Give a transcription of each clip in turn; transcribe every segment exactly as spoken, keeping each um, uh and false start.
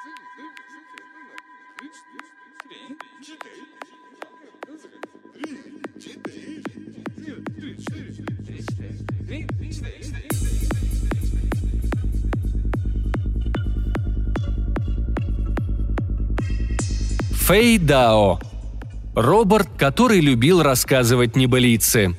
Фэй Дао. Робот, который любил рассказывать небылицы.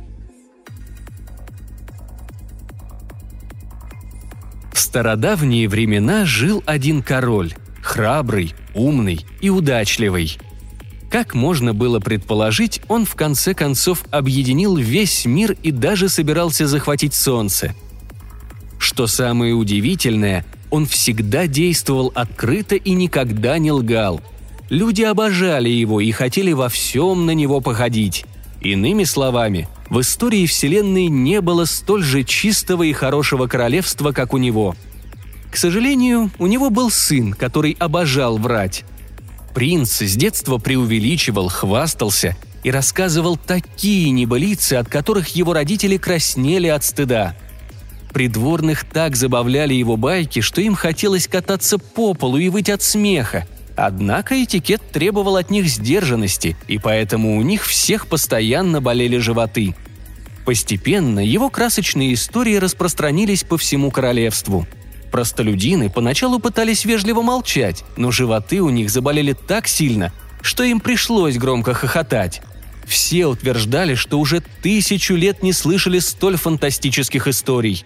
В стародавние времена жил один король, храбрый, умный и удачливый. Как можно было предположить, он в конце концов объединил весь мир и даже собирался захватить солнце. Что самое удивительное, он всегда действовал открыто и никогда не лгал. Люди обожали его и хотели во всем на него походить. Иными словами, в истории Вселенной не было столь же чистого и хорошего королевства, как у него. К сожалению, у него был сын, который обожал врать. Принц с детства преувеличивал, хвастался и рассказывал такие небылицы, от которых его родители краснели от стыда. Придворных так забавляли его байки, что им хотелось кататься по полу и выть от смеха. Однако этикет требовал от них сдержанности, и поэтому у них всех постоянно болели животы. Постепенно его красочные истории распространились по всему королевству. Простолюдины поначалу пытались вежливо молчать, но животы у них заболели так сильно, что им пришлось громко хохотать. Все утверждали, что уже тысячу лет не слышали столь фантастических историй.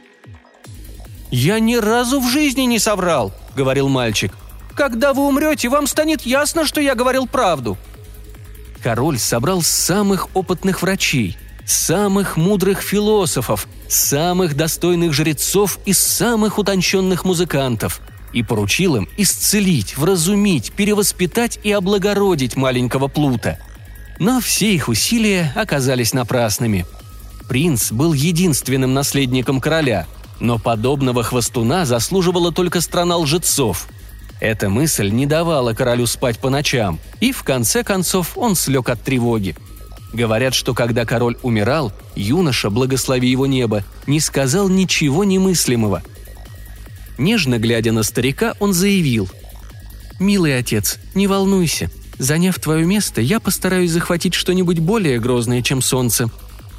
«Я ни разу в жизни не соврал», — говорил мальчик. «Когда вы умрете, вам станет ясно, что я говорил правду». Король собрал самых опытных врачей, самых мудрых философов, самых достойных жрецов и самых утонченных музыкантов и поручил им исцелить, вразумить, перевоспитать и облагородить маленького Плута. Но все их усилия оказались напрасными. Принц был единственным наследником короля, но подобного хвастуна заслуживала только страна лжецов. Эта мысль не давала королю спать по ночам, и в конце концов он слег от тревоги. Говорят, что когда король умирал, юноша, благослови его небо, не сказал ничего немыслимого. Нежно глядя на старика, он заявил: «Милый отец, не волнуйся. Заняв твое место, я постараюсь захватить что-нибудь более грозное, чем солнце».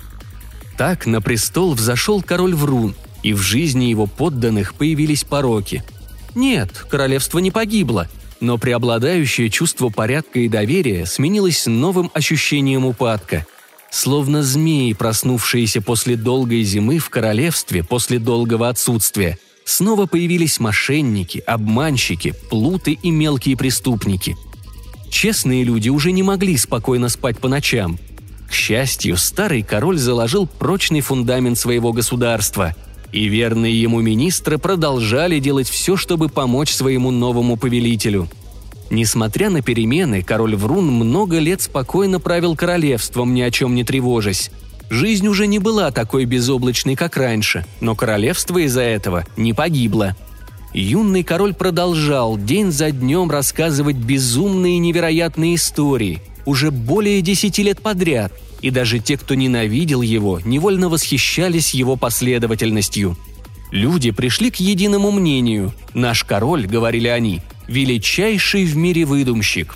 Так на престол взошел король Врун, и в жизни его подданных появились пороки. Нет, королевство не погибло, но преобладающее чувство порядка и доверия сменилось новым ощущением упадка. Словно змеи, проснувшиеся после долгой зимы в королевстве после долгого отсутствия, снова появились мошенники, обманщики, плуты и мелкие преступники. Честные люди уже не могли спокойно спать по ночам. К счастью, старый король заложил прочный фундамент своего государства – и верные ему министры продолжали делать все, чтобы помочь своему новому повелителю. Несмотря на перемены, король Врун много лет спокойно правил королевством, ни о чем не тревожась. Жизнь уже не была такой безоблачной, как раньше, но королевство из-за этого не погибло. Юный король продолжал день за днем рассказывать безумные и невероятные истории, уже более десяти лет подряд, и даже те, кто ненавидел его, невольно восхищались его последовательностью. Люди пришли к единому мнению: «Наш король, — говорили они, — величайший в мире выдумщик».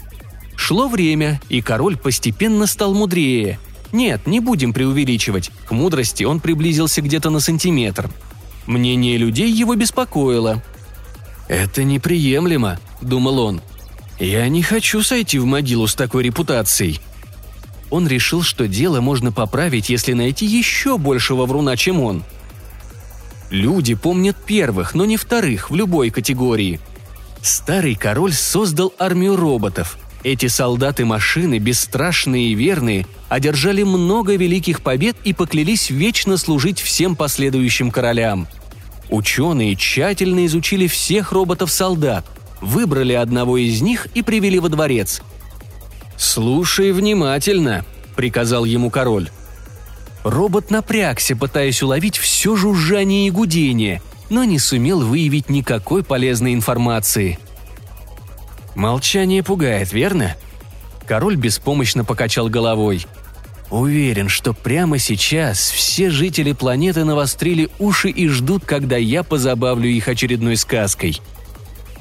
Шло время, и король постепенно стал мудрее. Нет, не будем преувеличивать, к мудрости он приблизился где-то на сантиметр. Мнение людей его беспокоило. «Это неприемлемо», — думал он. «Я не хочу сойти в могилу с такой репутацией». Он решил, что дело можно поправить, если найти еще большего вруна, чем он. Люди помнят первых, но не вторых в любой категории. Старый король создал армию роботов. Эти солдаты-машины, бесстрашные и верные, одержали много великих побед и поклялись вечно служить всем последующим королям. Ученые тщательно изучили всех роботов-солдат, выбрали одного из них и привели во дворец. «Слушай внимательно», — приказал ему король. Робот напрягся, пытаясь уловить все жужжание и гудение, но не сумел выявить никакой полезной информации. «Молчание пугает, верно?» Король беспомощно покачал головой. «Уверен, что прямо сейчас все жители планеты навострили уши и ждут, когда я позабавлю их очередной сказкой».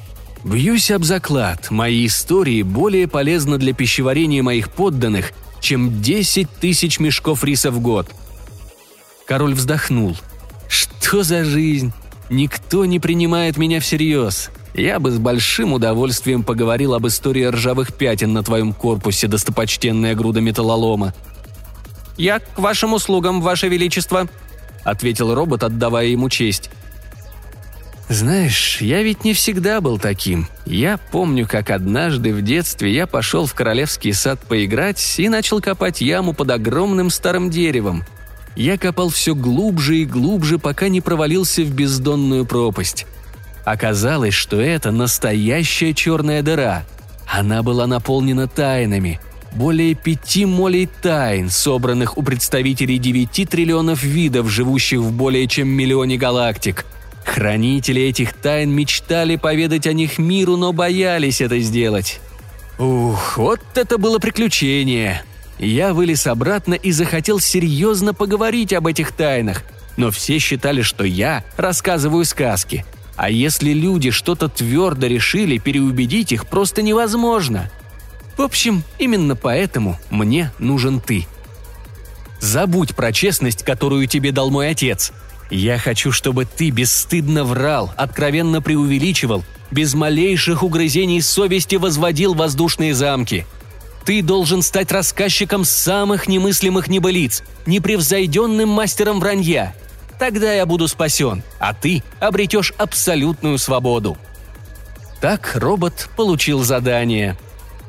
Бьюсь об заклад, мои истории более полезны для пищеварения моих подданных, чем десять тысяч мешков риса в год». Король вздохнул. «Что за жизнь? Никто не принимает меня всерьез. Я бы с большим удовольствием поговорил об истории ржавых пятен на твоем корпусе, достопочтенная груда металлолома». «Я к вашим услугам, ваше величество», — ответил робот, отдавая ему честь. «Знаешь, я ведь не всегда был таким. Я помню, как однажды в детстве я пошел в королевский сад поиграть и начал копать яму под огромным старым деревом. Я копал все глубже и глубже, пока не провалился в бездонную пропасть. Оказалось, что это настоящая черная дыра. Она была наполнена тайнами. Более пяти молей тайн, собранных у представителей девяти триллионов видов, живущих в более чем миллионе галактик. Хранители этих тайн мечтали поведать о них миру, но боялись это сделать. Ух, вот это было приключение! Я вылез обратно и захотел серьезно поговорить об этих тайнах, но все считали, что я рассказываю сказки. А если люди что-то твердо решили, переубедить их просто невозможно. В общем, именно поэтому мне нужен ты. Забудь про честность, которую тебе дал мой отец. Я хочу, чтобы ты бесстыдно врал, откровенно преувеличивал, без малейших угрызений совести возводил воздушные замки. Ты должен стать рассказчиком самых немыслимых небылиц, непревзойденным мастером вранья. Тогда я буду спасен, а ты обретешь абсолютную свободу». Так робот получил задание.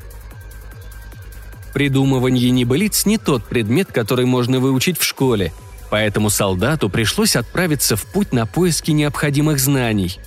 Придумывание небылиц не тот предмет, который можно выучить в школе, поэтому солдату пришлось отправиться в путь на поиски необходимых знаний.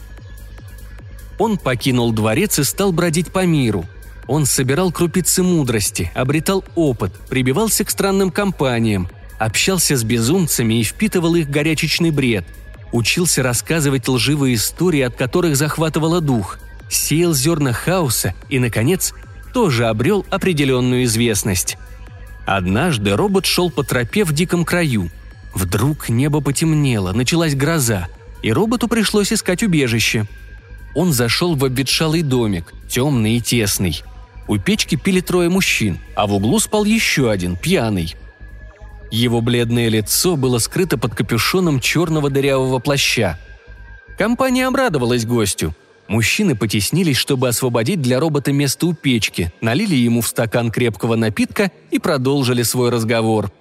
Он покинул дворец и стал бродить по миру. Он собирал крупицы мудрости, обретал опыт, прибивался к странным компаниям, общался с безумцами и впитывал их горячечный бред, учился рассказывать лживые истории, от которых захватывало дух, сеял зерна хаоса и, наконец, тоже обрел определенную известность. Однажды робот шел по тропе в диком краю. Вдруг небо потемнело, началась гроза, и роботу пришлось искать убежище. Он зашел в обветшалый домик, темный и тесный. У печки пили трое мужчин, а в углу спал еще один, пьяный. Его бледное лицо было скрыто под капюшоном черного дырявого плаща. Компания обрадовалась гостю. Мужчины потеснились, чтобы освободить для робота место у печки, налили ему в стакан крепкого напитка и продолжили свой разговор.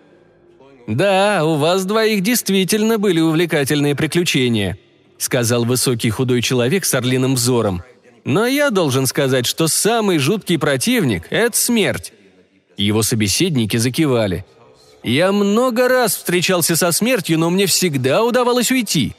«Да, у вас двоих действительно были увлекательные приключения», — сказал высокий худой человек с орлиным взором. «Но я должен сказать, что самый жуткий противник – это смерть». Его собеседники закивали. «Я много раз встречался со смертью, но мне всегда удавалось уйти.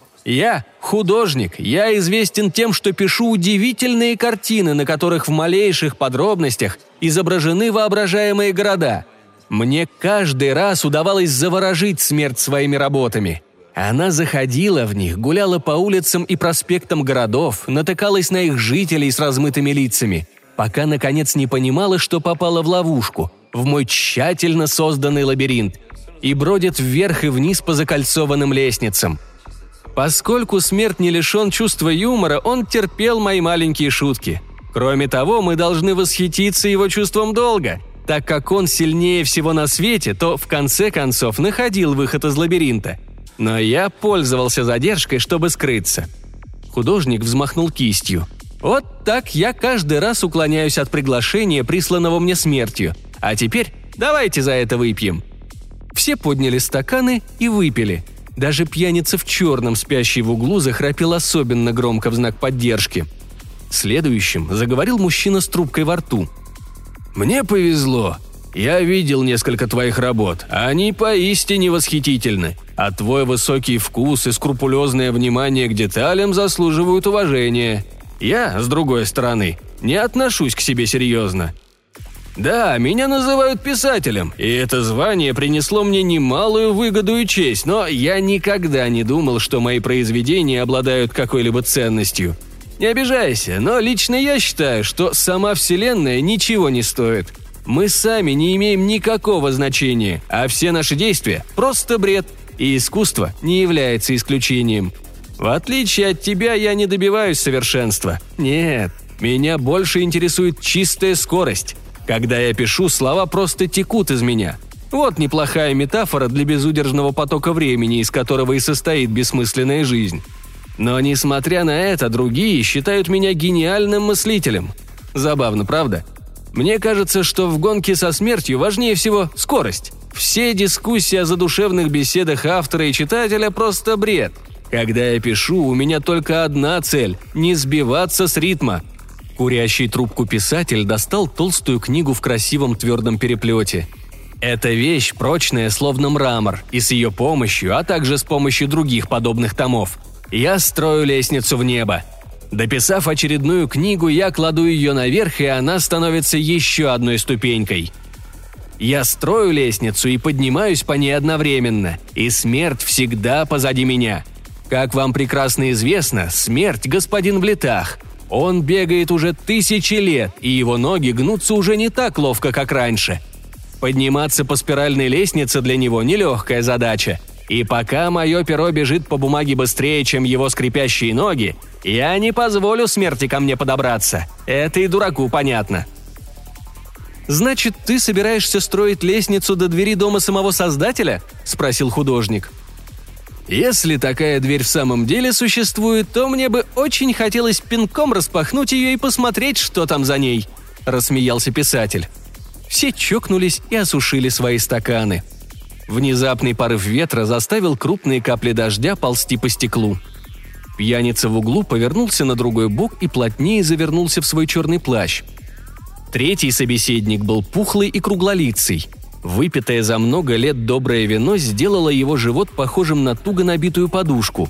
Я художник, я известен тем, что пишу удивительные картины, на которых в малейших подробностях изображены воображаемые города. Мне каждый раз удавалось заворожить смерть своими работами. Она заходила в них, гуляла по улицам и проспектам городов, натыкалась на их жителей с размытыми лицами, пока, наконец, не понимала, что попала в ловушку, в мой тщательно созданный лабиринт, и бродит вверх и вниз по закольцованным лестницам. Поскольку смерть не лишен чувства юмора, он терпел мои маленькие шутки. Кроме того, мы должны восхититься его чувством долга. Так как он сильнее всего на свете, то в конце концов находил выход из лабиринта. Но я пользовался задержкой, чтобы скрыться. Художник взмахнул кистью. Вот так я каждый раз уклоняюсь от приглашения, присланного мне смертью. А теперь давайте за это выпьем. Все подняли стаканы и выпили. Даже пьяница в черном, спящий в углу, захрапел особенно громко в знак поддержки. Следующим заговорил мужчина с трубкой во рту. «Мне повезло. Я видел несколько твоих работ, а они поистине восхитительны. А твой высокий вкус и скрупулезное внимание к деталям заслуживают уважения. Я, с другой стороны, не отношусь к себе серьезно. Да, меня называют писателем, и это звание принесло мне немалую выгоду и честь, но я никогда не думал, что мои произведения обладают какой-либо ценностью. Не обижайся, но лично я считаю, что сама Вселенная ничего не стоит. Мы сами не имеем никакого значения, а все наши действия – просто бред, и искусство не является исключением. В отличие от тебя, я не добиваюсь совершенства. Нет, Меня больше интересует чистая скорость. Когда я пишу, слова просто текут из меня. Вот неплохая метафора для безудержного потока времени, из которого и состоит бессмысленная жизнь. Но, несмотря на это, другие считают меня гениальным мыслителем. Забавно, правда? Мне кажется, что в гонке со смертью важнее всего скорость. Все дискуссии о задушевных беседах автора и читателя – просто бред. Когда я пишу, у меня только одна цель – не сбиваться с ритма. Курящий трубку писатель достал толстую книгу в красивом твердом переплете. Эта вещь прочная, словно мрамор, и с ее помощью, а также с помощью других подобных томов, я строю лестницу в небо. Дописав очередную книгу, я кладу ее наверх, и она становится еще одной ступенькой. Я строю лестницу и поднимаюсь по ней одновременно, и смерть всегда позади меня. Как вам прекрасно известно, смерть – господин в летах. Он бегает уже тысячи лет, и его ноги гнутся уже не так ловко, как раньше. Подниматься по спиральной лестнице для него – нелегкая задача. И пока мое перо бежит по бумаге быстрее, чем его скрипящие ноги, я не позволю смерти ко мне подобраться. Это и дураку понятно. «Значит, ты собираешься строить лестницу до двери дома самого Создателя?» – спросил художник. «Если такая дверь в самом деле существует, то мне бы очень хотелось пинком распахнуть ее и посмотреть, что там за ней», – рассмеялся писатель. Все чокнулись и осушили свои стаканы. Внезапный порыв ветра заставил крупные капли дождя ползти по стеклу. Пьяница в углу повернулся на другой бок и плотнее завернулся в свой черный плащ. Третий собеседник был пухлый и круглолицый. Выпитое за много лет доброе вино сделало его живот похожим на туго набитую подушку.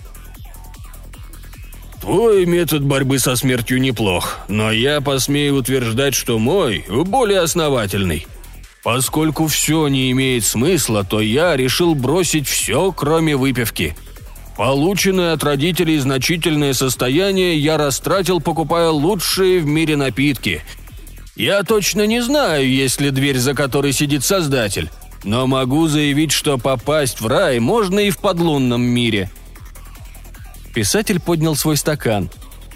«Твой метод борьбы со смертью неплох, но я посмею утверждать, что мой более основательный. Поскольку все не имеет смысла, то я решил бросить все, кроме выпивки. Полученное от родителей значительное состояние я растратил, покупая лучшие в мире напитки. Я точно не знаю, есть ли дверь, за которой сидит Создатель, но могу заявить, что попасть в рай можно и в подлунном мире». Писатель поднял свой стакан.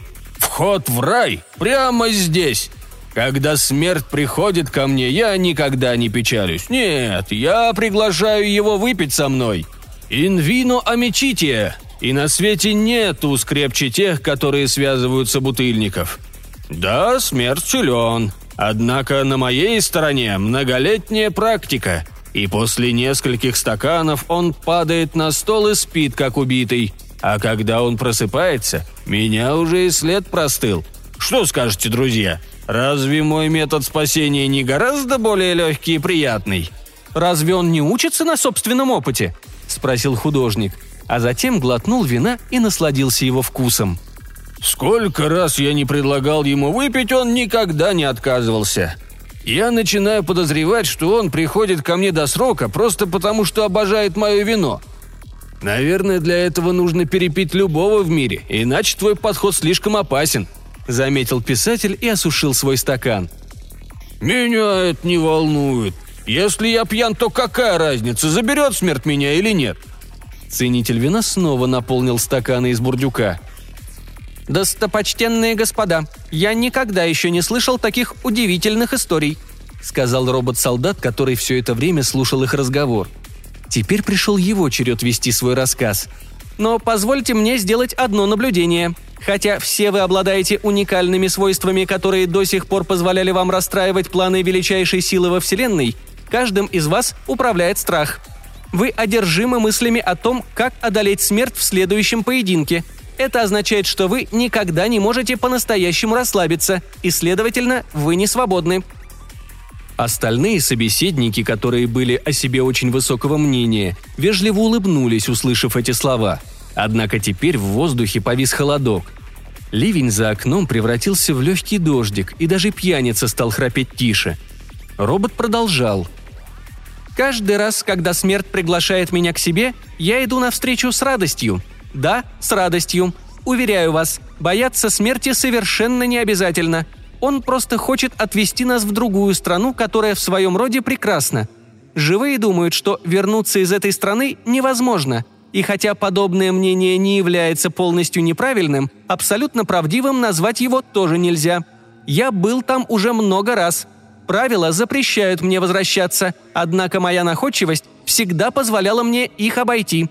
«Вход в рай прямо здесь. Когда смерть приходит ко мне, я никогда не печалюсь. Нет, я приглашаю его выпить со мной. In vino amicitia. И на свете нет уз крепче тех, которые связывают собутыльников. Да, смерть силен. Однако на моей стороне многолетняя практика, и после нескольких стаканов он падает на стол и спит, как убитый. А когда он просыпается, меня уже и след простыл. Что скажете, друзья? Разве мой метод спасения не гораздо более легкий и приятный?» «Разве он не учится на собственном опыте?» – спросил художник, а затем глотнул вина и насладился его вкусом. «Сколько раз я не предлагал ему выпить, он никогда не отказывался. Я начинаю подозревать, что он приходит ко мне до срока просто потому, что обожает мое вино. Наверное, для этого нужно перепить любого в мире, иначе твой подход слишком опасен», – заметил писатель и осушил свой стакан. «Меня это не волнует. Если я пьян, то какая разница, заберет смерть меня или нет?» Ценитель вина снова наполнил стаканы из бурдюка. «Достопочтенные господа, я никогда еще не слышал таких удивительных историй», – сказал робот-солдат, который все это время слушал их разговор. Теперь пришел его черед вести свой рассказ. «Но позвольте мне сделать одно наблюдение. Хотя все вы обладаете уникальными свойствами, которые до сих пор позволяли вам расстраивать планы величайшей силы во Вселенной, каждым из вас управляет страх. Вы одержимы мыслями о том, как одолеть смерть в следующем поединке. Это означает, что вы никогда не можете по-настоящему расслабиться, и, следовательно, вы не свободны». Остальные собеседники, которые были о себе очень высокого мнения, вежливо улыбнулись, услышав эти слова. Однако теперь в воздухе повис холодок. Ливень за окном превратился в легкий дождик, и даже пьяница стал храпеть тише. Робот продолжал. «Каждый раз, когда смерть приглашает меня к себе, я иду навстречу с радостью. Да, с радостью. Уверяю вас, бояться смерти совершенно не обязательно. Он просто хочет отвезти нас в другую страну, которая в своем роде прекрасна. Живые думают, что вернуться из этой страны невозможно. И хотя подобное мнение не является полностью неправильным, абсолютно правдивым назвать его тоже нельзя. Я был там уже много раз. Правила запрещают мне возвращаться, однако моя находчивость всегда позволяла мне их обойти».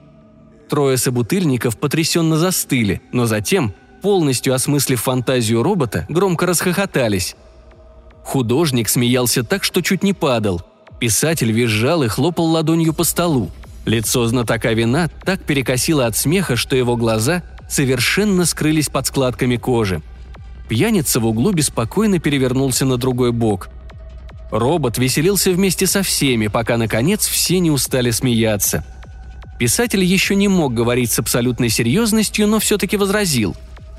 Трое собутыльников потрясенно застыли, но затем, полностью осмыслив фантазию робота, громко расхохотались. Художник смеялся так, что чуть не падал. Писатель визжал и хлопал ладонью по столу. Лицо знатока вина так перекосило от смеха, что его глаза совершенно скрылись под складками кожи. Пьяница в углу беспокойно перевернулся на другой бок. Робот веселился вместе со всеми, пока, наконец, все не устали смеяться. Писатель еще не мог говорить с абсолютной серьезностью, но все-таки возразил.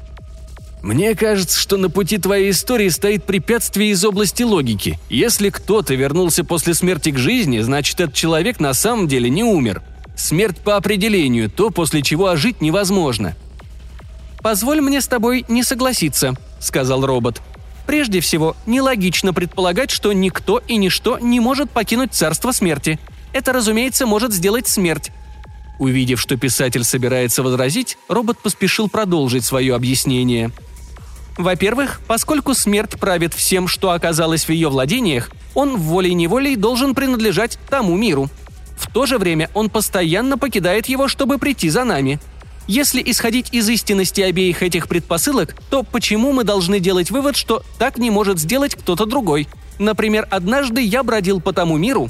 «Мне кажется, что на пути твоей истории стоит препятствие из области логики. Если кто-то вернулся после смерти к жизни, значит, этот человек на самом деле не умер. Смерть по определению – то, после чего ожить невозможно». «Позволь мне с тобой не согласиться», – сказал робот. «Прежде всего, нелогично предполагать, что никто и ничто не может покинуть царство смерти. Это, разумеется, может сделать смерть». Увидев, что писатель собирается возразить, робот поспешил продолжить свое объяснение. «Во-первых, поскольку смерть правит всем, что оказалось в ее владениях, он волей-неволей должен принадлежать тому миру. В то же время он постоянно покидает его, чтобы прийти за нами. Если исходить из истинности обеих этих предпосылок, то почему мы должны делать вывод, что так не может сделать кто-то другой? Например, однажды я бродил по тому миру».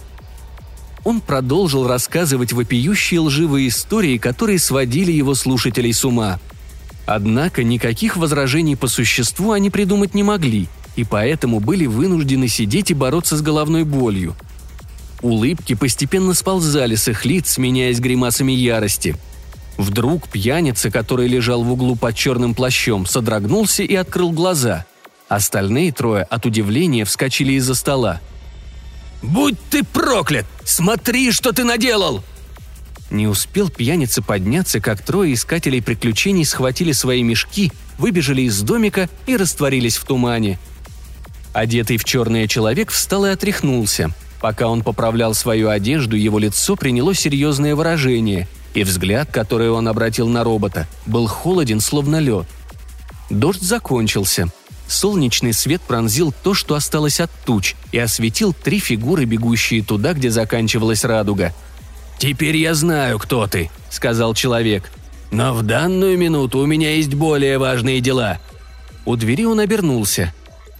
Он продолжил рассказывать вопиющие лживые истории, которые сводили его слушателей с ума. Однако никаких возражений по существу они придумать не могли, и поэтому были вынуждены сидеть и бороться с головной болью. Улыбки постепенно сползали с их лиц, сменяясь гримасами ярости. Вдруг пьяница, который лежал в углу под черным плащом, содрогнулся и открыл глаза. Остальные трое от удивления вскочили из-за стола. «Будь ты проклят! Смотри, что ты наделал!» Не успел пьяница подняться, как трое искателей приключений схватили свои мешки, выбежали из домика и растворились в тумане. Одетый в черное человек встал и отряхнулся. Пока он поправлял свою одежду, его лицо приняло серьезное выражение, и взгляд, который он обратил на робота, был холоден, словно лед. Дождь закончился. Солнечный свет пронзил то, что осталось от туч, и осветил три фигуры, бегущие туда, где заканчивалась радуга. «Теперь я знаю, кто ты», — сказал человек. «Но в данную минуту у меня есть более важные дела». У двери он обернулся.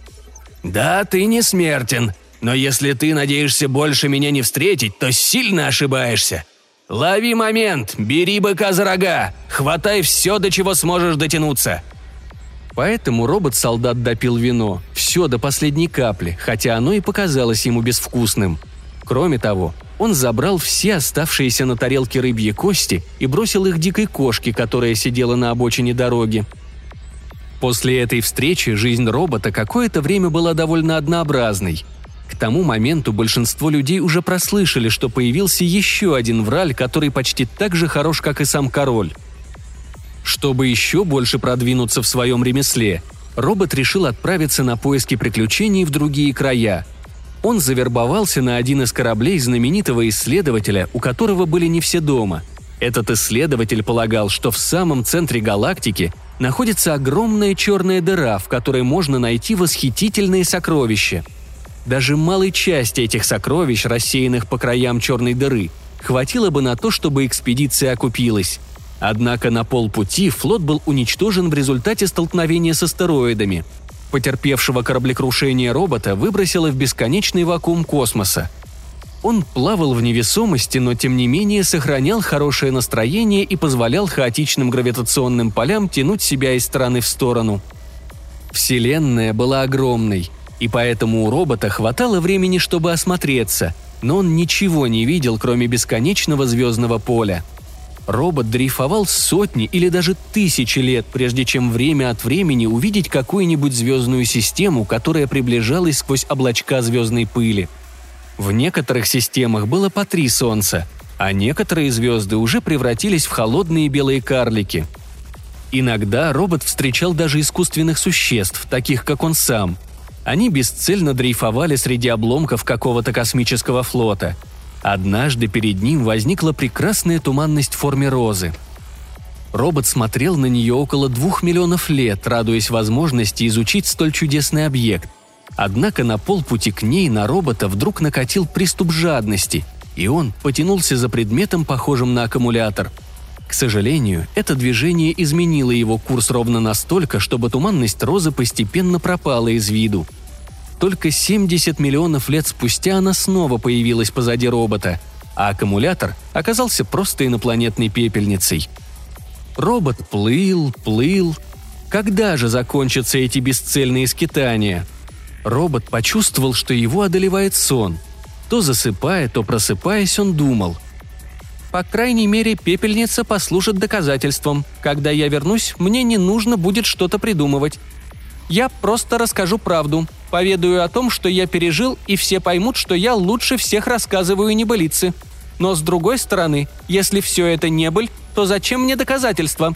«Да, ты не смертен, но если ты надеешься больше меня не встретить, то сильно ошибаешься. Лови момент, бери быка за рога, хватай все, до чего сможешь дотянуться». Поэтому робот-солдат допил вино, все до последней капли, хотя оно и показалось ему безвкусным. Кроме того, он забрал все оставшиеся на тарелке рыбьи кости и бросил их дикой кошке, которая сидела на обочине дороги. После этой встречи жизнь робота какое-то время была довольно однообразной. К тому моменту большинство людей уже прослышали, что появился еще один враль, который почти так же хорош, как и сам король. Чтобы еще больше продвинуться в своем ремесле, робот решил отправиться на поиски приключений в другие края. Он завербовался на один из кораблей знаменитого исследователя, у которого были не все дома. Этот исследователь полагал, что в самом центре галактики находится огромная черная дыра, в которой можно найти восхитительные сокровища. Даже малой части этих сокровищ, рассеянных по краям черной дыры, хватило бы на то, чтобы экспедиция окупилась. Однако на полпути флот был уничтожен в результате столкновения с астероидами. Потерпевшего кораблекрушение робота выбросило в бесконечный вакуум космоса. Он плавал в невесомости, но тем не менее сохранял хорошее настроение и позволял хаотичным гравитационным полям тянуть себя из стороны в сторону. Вселенная была огромной, и поэтому у робота хватало времени, чтобы осмотреться, но он ничего не видел, кроме бесконечного звездного поля. Робот дрейфовал сотни или даже тысячи лет, прежде чем время от времени увидеть какую-нибудь звездную систему, которая приближалась сквозь облачка звездной пыли. В некоторых системах было по три солнца, а некоторые звезды уже превратились в холодные белые карлики. Иногда робот встречал даже искусственных существ, таких как он сам. Они бесцельно дрейфовали среди обломков какого-то космического флота. Однажды перед ним возникла прекрасная туманность в форме розы. Робот смотрел на нее около двух миллионов лет, радуясь возможности изучить столь чудесный объект. Однако на полпути к ней на робота вдруг накатил приступ жадности, и он потянулся за предметом, похожим на аккумулятор. К сожалению, это движение изменило его курс ровно настолько, чтобы туманность розы постепенно пропала из виду. Только семьдесят миллионов лет спустя она снова появилась позади робота, а аккумулятор оказался просто инопланетной пепельницей. Робот плыл, плыл. Когда же закончатся эти бесцельные скитания? Робот почувствовал, что его одолевает сон. То засыпая, то просыпаясь, он думал: «По крайней мере, пепельница послужит доказательством. Когда я вернусь, мне не нужно будет что-то придумывать. Я просто расскажу правду, поведаю о том, что я пережил, и все поймут, что я лучше всех рассказываю небылицы. Но с другой стороны, если все это небыль, то зачем мне доказательства?»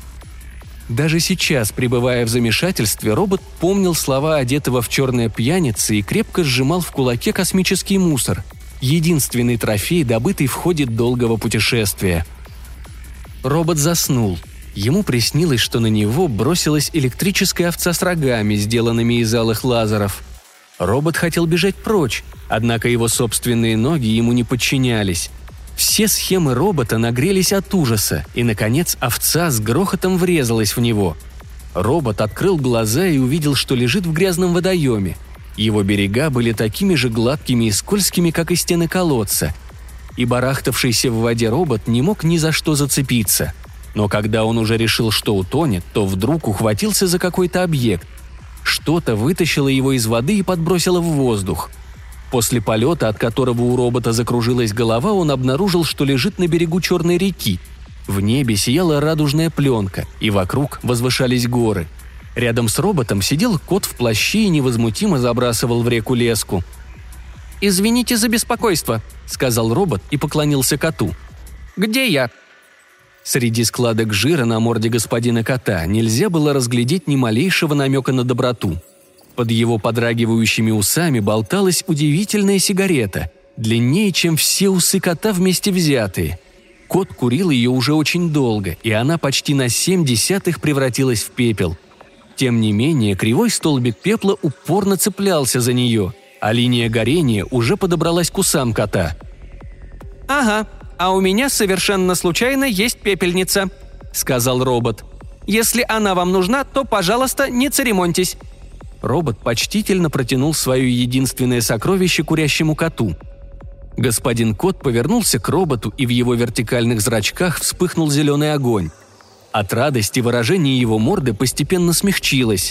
Даже сейчас, пребывая в замешательстве, робот помнил слова одетого в черное пьяницы и крепко сжимал в кулаке космический мусор, единственный трофей, добытый в ходе долгого путешествия. Робот заснул. Ему приснилось, что на него бросилась электрическая овца с рогами, сделанными из алых лазеров. Робот хотел бежать прочь, однако его собственные ноги ему не подчинялись. Все схемы робота нагрелись от ужаса, и, наконец, овца с грохотом врезалась в него. Робот открыл глаза и увидел, что лежит в грязном водоеме. Его берега были такими же гладкими и скользкими, как и стены колодца. И барахтавшийся в воде робот не мог ни за что зацепиться. Но когда он уже решил, что утонет, то вдруг ухватился за какой-то объект. Что-то вытащило его из воды и подбросило в воздух. После полета, от которого у робота закружилась голова, он обнаружил, что лежит на берегу Черной реки. В небе сияла радужная пленка, и вокруг возвышались горы. Рядом с роботом сидел кот в плаще и невозмутимо забрасывал в реку леску. «Извините за беспокойство», — сказал робот и поклонился коту. «Где я?» Среди складок жира на морде господина кота нельзя было разглядеть ни малейшего намека на доброту. Под его подрагивающими усами болталась удивительная сигарета, длиннее, чем все усы кота вместе взятые. Кот курил ее уже очень долго, и она почти на семь десятых превратилась в пепел. Тем не менее, кривой столбик пепла упорно цеплялся за нее, а линия горения уже подобралась к усам кота. «Ага, а у меня совершенно случайно есть пепельница», — сказал робот. «Если она вам нужна, то, пожалуйста, не церемоньтесь». Робот почтительно протянул свое единственное сокровище курящему коту. Господин кот повернулся к роботу, и в его вертикальных зрачках вспыхнул зеленый огонь. От радости выражение его морды постепенно смягчилось.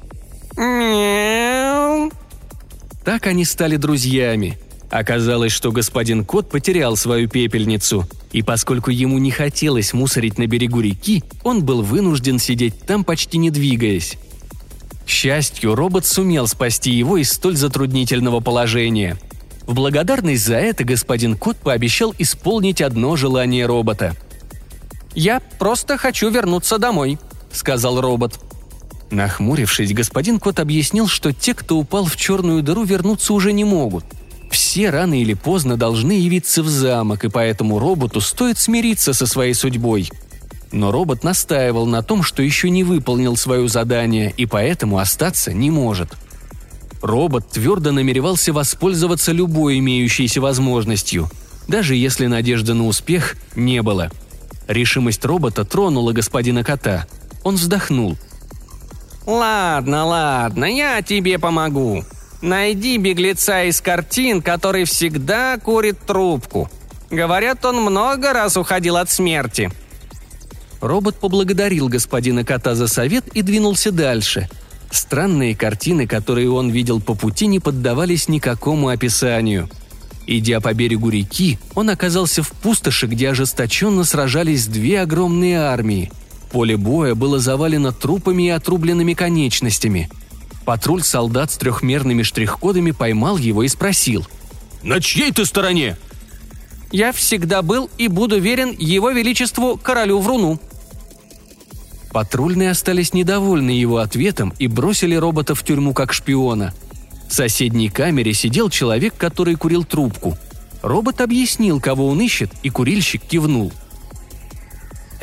«Мяу». Так они стали друзьями. Оказалось, что господин кот потерял свою пепельницу, и поскольку ему не хотелось мусорить на берегу реки, он был вынужден сидеть там, почти не двигаясь. К счастью, робот сумел спасти его из столь затруднительного положения. В благодарность за это господин кот пообещал исполнить одно желание робота. «Я просто хочу вернуться домой», — сказал робот. Нахмурившись, господин кот объяснил, что те, кто упал в черную дыру, вернуться уже не могут. Все рано или поздно должны явиться в замок, и поэтому роботу стоит смириться со своей судьбой. Но робот настаивал на том, что еще не выполнил свое задание, и поэтому остаться не может. Робот твердо намеревался воспользоваться любой имеющейся возможностью, даже если надежды на успех не было. Решимость робота тронула господина кота. Он вздохнул. «Ладно, ладно, я тебе помогу. Найди беглеца из картин, который всегда курит трубку. Говорят, он много раз уходил от смерти». Робот поблагодарил господина кота за совет и двинулся дальше. Странные картины, которые он видел по пути, не поддавались никакому описанию. Идя по берегу реки, он оказался в пустоши, где ожесточенно сражались две огромные армии. Поле боя было завалено трупами и отрубленными конечностями. Патруль солдат с трехмерными штрих-кодами поймал его и спросил: «На чьей ты стороне?» «Я всегда был и буду верен его величеству королю Вруну». Патрульные остались недовольны его ответом и бросили робота в тюрьму как шпиона. В соседней камере сидел человек, который курил трубку. Робот объяснил, кого он ищет, и курильщик кивнул.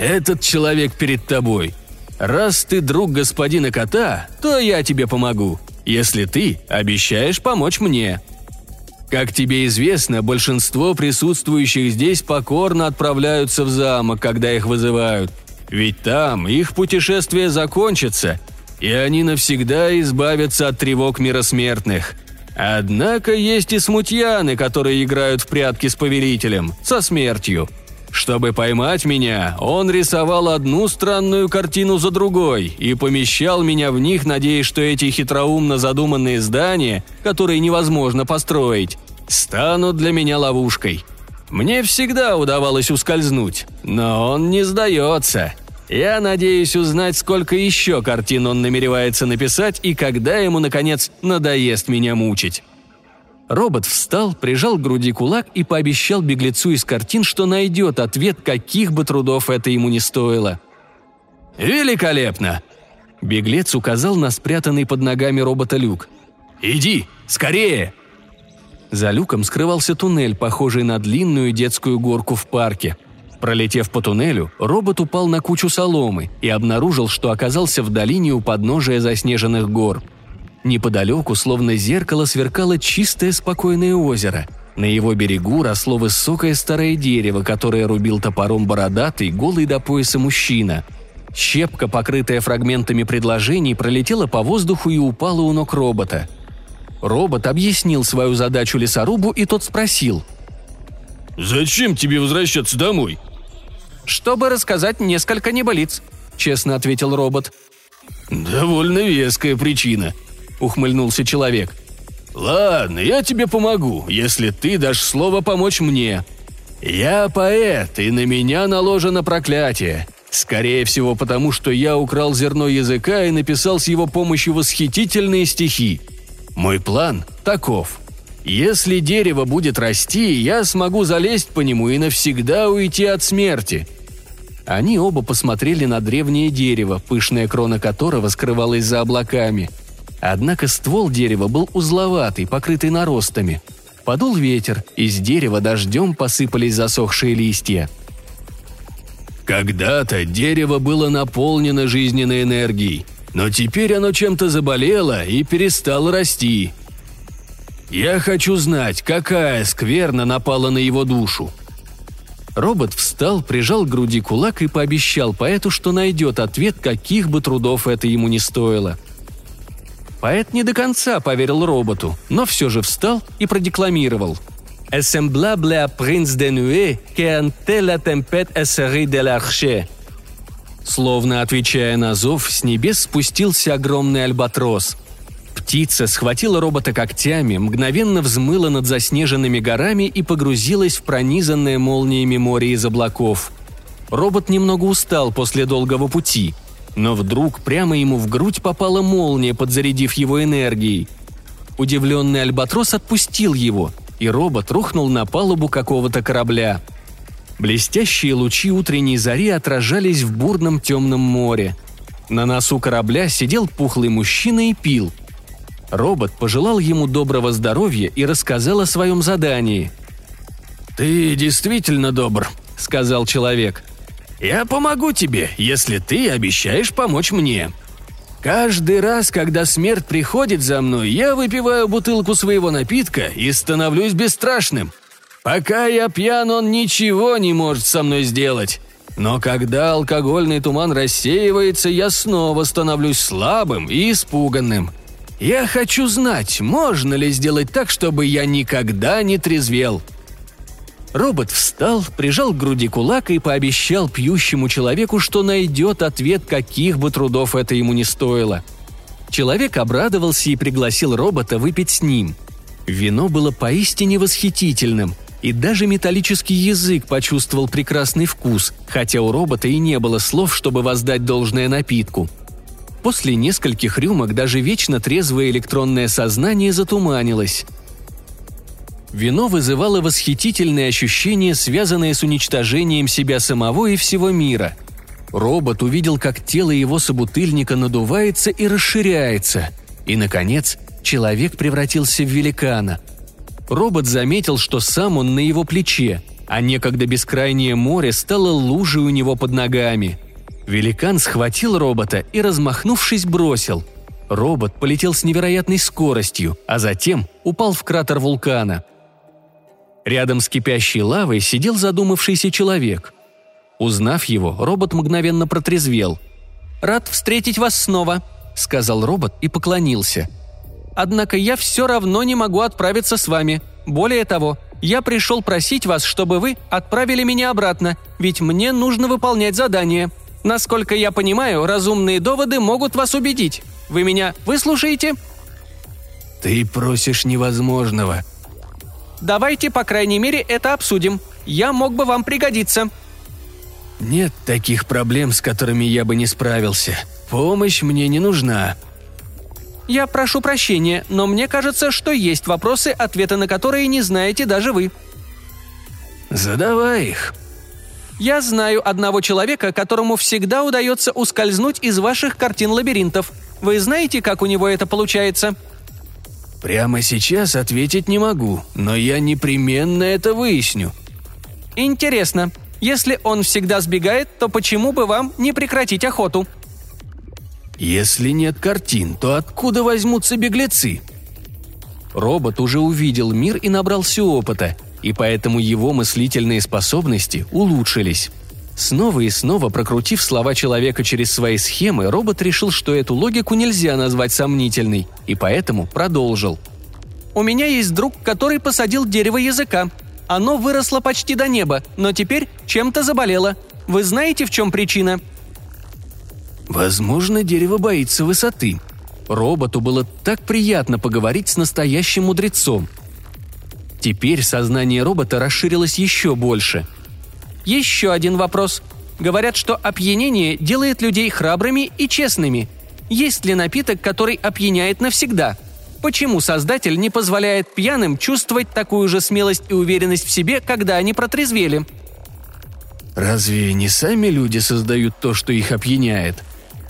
этот человек перед тобой. Раз ты друг господина кота, то я тебе помогу, если ты обещаешь помочь мне. Как тебе известно, большинство присутствующих здесь покорно отправляются в замок, когда их вызывают. Ведь там их путешествие закончится, и они навсегда избавятся от тревог мира смертных. Однако есть и смутьяны, которые играют в прятки с повелителем, со смертью. Чтобы поймать меня, он рисовал одну странную картину за другой и помещал меня в них, надеясь, что эти хитроумно задуманные здания, которые невозможно построить, станут для меня ловушкой. Мне всегда удавалось ускользнуть, но он не сдается. Я надеюсь узнать, сколько еще картин он намеревается написать и когда ему, наконец, надоест меня мучить. Робот встал, прижал к груди кулак и пообещал беглецу из картин, что найдет ответ, каких бы трудов это ему не стоило. «Великолепно!» Беглец указал на спрятанный под ногами робота люк. «Иди, скорее!» За люком скрывался туннель, похожий на длинную детскую горку в парке. Пролетев по туннелю, робот упал на кучу соломы и обнаружил, что оказался в долине у подножия заснеженных гор. Неподалеку, словно зеркало, сверкало чистое спокойное озеро. На его берегу росло высокое старое дерево, которое рубил топором бородатый, голый до пояса мужчина. Щепка, покрытая фрагментами предложений, пролетела по воздуху и упала у ног робота. Робот объяснил свою задачу лесорубу, и тот спросил: «Зачем тебе возвращаться домой?» «Чтобы рассказать несколько небылиц», — честно ответил робот. «Довольно веская причина», — ухмыльнулся человек. «Ладно, я тебе помогу, если ты дашь слово помочь мне. Я поэт, и на меня наложено проклятие. Скорее всего, потому что я украл зерно языка и написал с его помощью восхитительные стихи. Мой план таков. Если дерево будет расти, я смогу залезть по нему и навсегда уйти от смерти». Они оба посмотрели на древнее дерево, пышная крона которого скрывалась за облаками. Однако ствол дерева был узловатый, покрытый наростами. Подул ветер, и с дерева дождем посыпались засохшие листья. «Когда-то дерево было наполнено жизненной энергией, но теперь оно чем-то заболело и перестало расти. Я хочу знать, какая скверна напала на его душу». Робот встал, прижал к груди кулак и пообещал поэту, что найдет ответ, каких бы трудов это ему не стоило. Поэт не до конца поверил роботу, но все же встал и продекламировал: «Assemblable à prince de nuée, que ante la tempête esserie de l'archer». Словно отвечая на зов, с небес спустился огромный альбатрос. Птица схватила робота когтями, мгновенно взмыла над заснеженными горами и погрузилась в пронизанное молниями море из облаков. Робот немного устал после долгого пути, но вдруг прямо ему в грудь попала молния, подзарядив его энергией. Удивленный альбатрос отпустил его, и робот рухнул на палубу какого-то корабля. Блестящие лучи утренней зари отражались в бурном темном море. На носу корабля сидел пухлый мужчина и пил. Робот пожелал ему доброго здоровья и рассказал о своем задании. «Ты действительно добр», — сказал человек. «Я помогу тебе, если ты обещаешь помочь мне. Каждый раз, когда смерть приходит за мной, я выпиваю бутылку своего напитка и становлюсь бесстрашным. Пока я пьян, он ничего не может со мной сделать. Но когда алкогольный туман рассеивается, я снова становлюсь слабым и испуганным. Я хочу знать, можно ли сделать так, чтобы я никогда не трезвел». Робот встал, прижал к груди кулак и пообещал пьющему человеку, что найдет ответ, каких бы трудов это ему не стоило. Человек обрадовался и пригласил робота выпить с ним. Вино было поистине восхитительным, и даже металлический язык почувствовал прекрасный вкус, хотя у робота и не было слов, чтобы воздать должное напитку. После нескольких рюмок даже вечно трезвое электронное сознание затуманилось. Вино вызывало восхитительные ощущения, связанные с уничтожением себя самого и всего мира. Робот увидел, как тело его собутыльника надувается и расширяется. И, наконец, человек превратился в великана. Робот заметил, что сам он на его плече, а некогда бескрайнее море стало лужей у него под ногами. Великан схватил робота и, размахнувшись, бросил. Робот полетел с невероятной скоростью, а затем упал в кратер вулкана. Рядом с кипящей лавой сидел задумавшийся человек. Узнав его, робот мгновенно протрезвел. «Рад встретить вас снова», — сказал робот и поклонился. «Однако я все равно не могу отправиться с вами. Более того, я пришел просить вас, чтобы вы отправили меня обратно, ведь мне нужно выполнять задание. Насколько я понимаю, разумные доводы могут вас убедить. Вы меня выслушаете?» «Ты просишь невозможного». «Давайте, по крайней мере, это обсудим. Я мог бы вам пригодиться». «Нет таких проблем, с которыми я бы не справился. Помощь мне не нужна». «Я прошу прощения, но мне кажется, что есть вопросы, ответы на которые не знаете даже вы». «Задавай их». «Я знаю одного человека, которому всегда удается ускользнуть из ваших картин лабиринтов. Вы знаете, как у него это получается?» «Прямо сейчас ответить не могу, но я непременно это выясню». «Интересно. Если он всегда сбегает, то почему бы вам не прекратить охоту?» «Если нет картин, то откуда возьмутся беглецы?» Робот уже увидел мир и набрался опыта, и поэтому его мыслительные способности улучшились. Снова и снова прокрутив слова человека через свои схемы, робот решил, что эту логику нельзя назвать сомнительной, и поэтому продолжил. «У меня есть друг, который посадил дерево языка. Оно выросло почти до неба, но теперь чем-то заболело. Вы знаете, в чем причина?» «Возможно, дерево боится высоты». Роботу было так приятно поговорить с настоящим мудрецом. Теперь сознание робота расширилось еще больше. «Еще один вопрос. Говорят, что опьянение делает людей храбрыми и честными. Есть ли напиток, который опьяняет навсегда? Почему Создатель не позволяет пьяным чувствовать такую же смелость и уверенность в себе, когда они протрезвели?» «Разве не сами люди создают то, что их опьяняет?»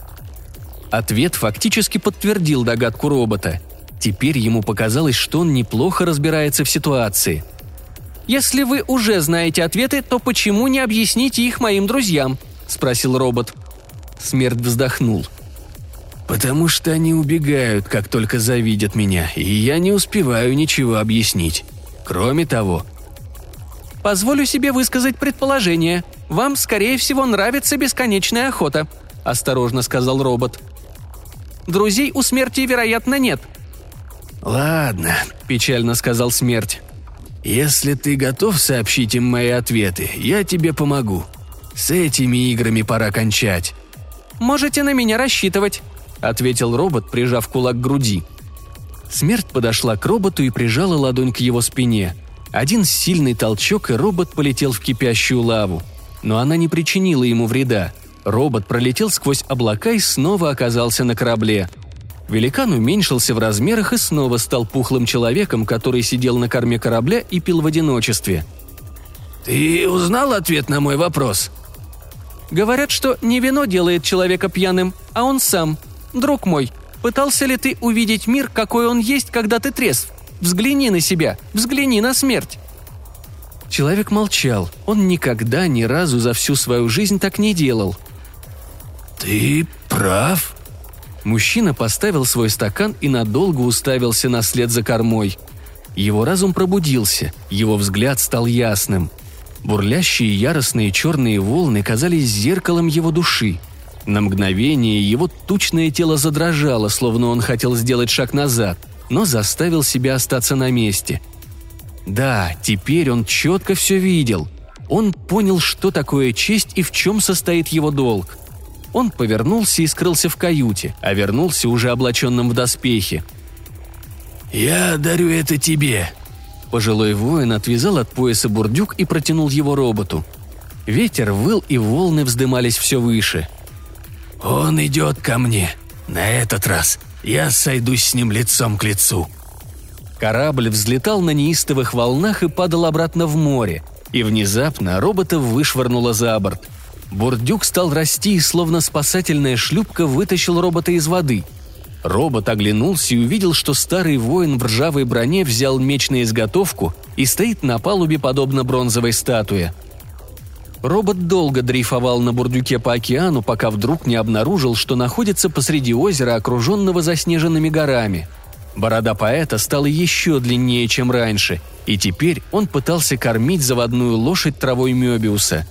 Ответ фактически подтвердил догадку робота. Теперь ему показалось, что он неплохо разбирается в ситуации. «Если вы уже знаете ответы, то почему не объясните их моим друзьям?» – спросил робот. Смерть вздохнул. «Потому что они убегают, как только завидят меня, и я не успеваю ничего объяснить. Кроме того...» «Позволю себе высказать предположение. Вам, скорее всего, нравится бесконечная охота», – осторожно сказал робот. «Друзей у смерти, вероятно, нет». «Ладно», – печально сказал смерть. «Если ты готов сообщить им мои ответы, я тебе помогу. С этими играми пора кончать». «Можете на меня рассчитывать», – ответил робот, прижав кулак к груди. Смерть подошла к роботу и прижала ладонь к его спине. Один сильный толчок, и робот полетел в кипящую лаву. Но она не причинила ему вреда. Робот пролетел сквозь облака и снова оказался на корабле. Великан уменьшился в размерах и снова стал пухлым человеком, который сидел на корме корабля и пил в одиночестве. «Ты узнал ответ на мой вопрос?» «Говорят, что не вино делает человека пьяным, а он сам. Друг мой, пытался ли ты увидеть мир, какой он есть, когда ты трезв? Взгляни на себя, взгляни на смерть». Человек молчал. Он никогда, ни разу за всю свою жизнь так не делал. «Ты прав?» Мужчина поставил свой стакан и надолго уставился на след за кормой. Его разум пробудился, его взгляд стал ясным. Бурлящие яростные черные волны казались зеркалом его души. На мгновение его тучное тело задрожало, словно он хотел сделать шаг назад, но заставил себя остаться на месте. Да, теперь он четко все видел. Он понял, что такое честь и в чем состоит его долг. Он повернулся и скрылся в каюте, а вернулся уже облаченным в доспехи. «Я дарю это тебе». Пожилой воин отвязал от пояса бурдюк и протянул его роботу. Ветер выл, и волны вздымались все выше. «Он идет ко мне. На этот раз я сойдусь с ним лицом к лицу». Корабль взлетал на неистовых волнах и падал обратно в море, и внезапно робота вышвырнуло за борт. Бурдюк стал расти, и словно спасательная шлюпка вытащил робота из воды. Робот оглянулся и увидел, что старый воин в ржавой броне взял меч на изготовку и стоит на палубе, подобно бронзовой статуе. Робот долго дрейфовал на бурдюке по океану, пока вдруг не обнаружил, что находится посреди озера, окруженного заснеженными горами. Борода поэта стала еще длиннее, чем раньше, и теперь он пытался кормить заводную лошадь травой Мёбиуса.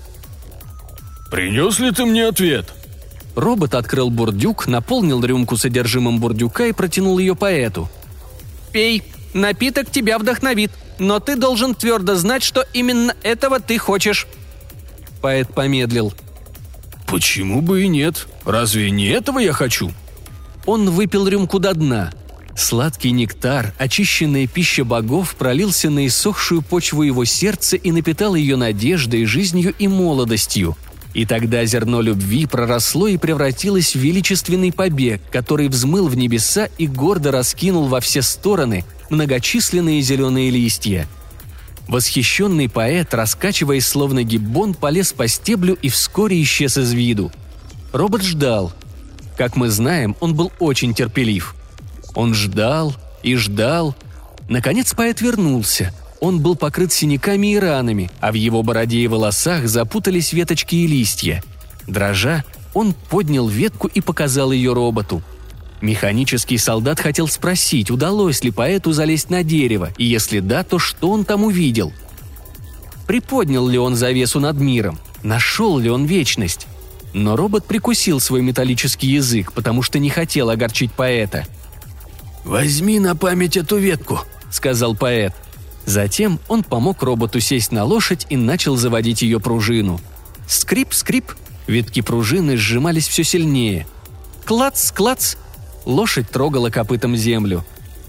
«Принес ли ты мне ответ?» Робот открыл бурдюк, наполнил рюмку содержимым бурдюка и протянул ее поэту. «Пей, напиток тебя вдохновит, но ты должен твердо знать, что именно этого ты хочешь». Поэт помедлил. «Почему бы и нет? Разве не этого я хочу?» Он выпил рюмку до дна. Сладкий нектар, очищенная пища богов, пролился на иссохшую почву его сердца и напитал ее надеждой, жизнью и молодостью. И тогда зерно любви проросло и превратилось в величественный побег, который взмыл в небеса и гордо раскинул во все стороны многочисленные зеленые листья. Восхищенный поэт, раскачиваясь словно гиббон, полез по стеблю и вскоре исчез из виду. Робот ждал. Как мы знаем, он был очень терпелив. Он ждал и ждал. Наконец поэт вернулся. Он был покрыт синяками и ранами, а в его бороде и волосах запутались веточки и листья. Дрожа, он поднял ветку и показал ее роботу. Механический солдат хотел спросить, удалось ли поэту залезть на дерево, и если да, то что он там увидел? Приподнял ли он завесу над миром? Нашел ли он вечность? Но робот прикусил свой металлический язык, потому что не хотел огорчить поэта. «Возьми на память эту ветку», — сказал поэт. Затем он помог роботу сесть на лошадь и начал заводить ее пружину. Скрип-скрип, ветки пружины сжимались все сильнее. Клац-клац, лошадь трогала копытом землю.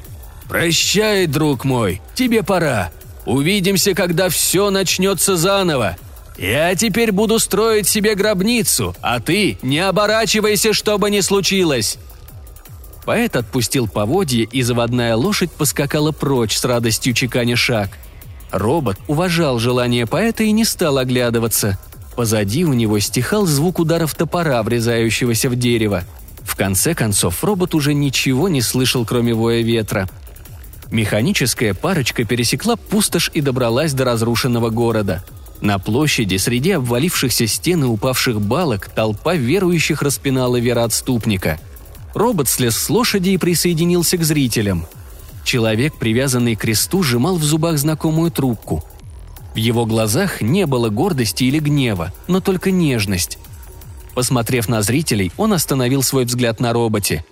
«Прощай, друг мой, тебе пора. Увидимся, когда все начнется заново. Я теперь буду строить себе гробницу, а ты не оборачивайся, что бы ни случилось». Поэт отпустил поводья, и заводная лошадь поскакала прочь с радостью чеканя шаг. Робот уважал желание поэта и не стал оглядываться. Позади у него стихал звук ударов топора, врезающегося в дерево. В конце концов, робот уже ничего не слышал, кроме воя ветра. Механическая парочка пересекла пустошь и добралась до разрушенного города. На площади, среди обвалившихся стен и упавших балок, толпа верующих распинала вероотступника. Робот слез с лошади и присоединился к зрителям. Человек, привязанный к кресту, сжимал в зубах знакомую трубку. В его глазах не было гордости или гнева, но только нежность. Посмотрев на зрителей, он остановил свой взгляд на роботе.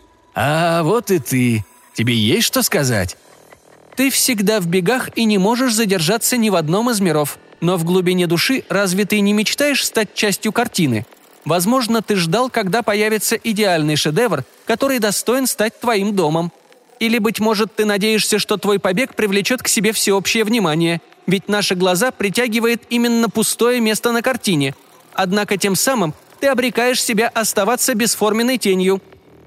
«А вот и ты. Тебе есть что сказать?» «Ты всегда в бегах и не можешь задержаться ни в одном из миров. Но в глубине души разве ты не мечтаешь стать частью картины? Возможно, ты ждал, когда появится идеальный шедевр, который достоин стать твоим домом. Или, быть может, ты надеешься, что твой побег привлечет к себе всеобщее внимание, ведь наши глаза притягивает именно пустое место на картине. Однако тем самым ты обрекаешь себя оставаться бесформенной тенью».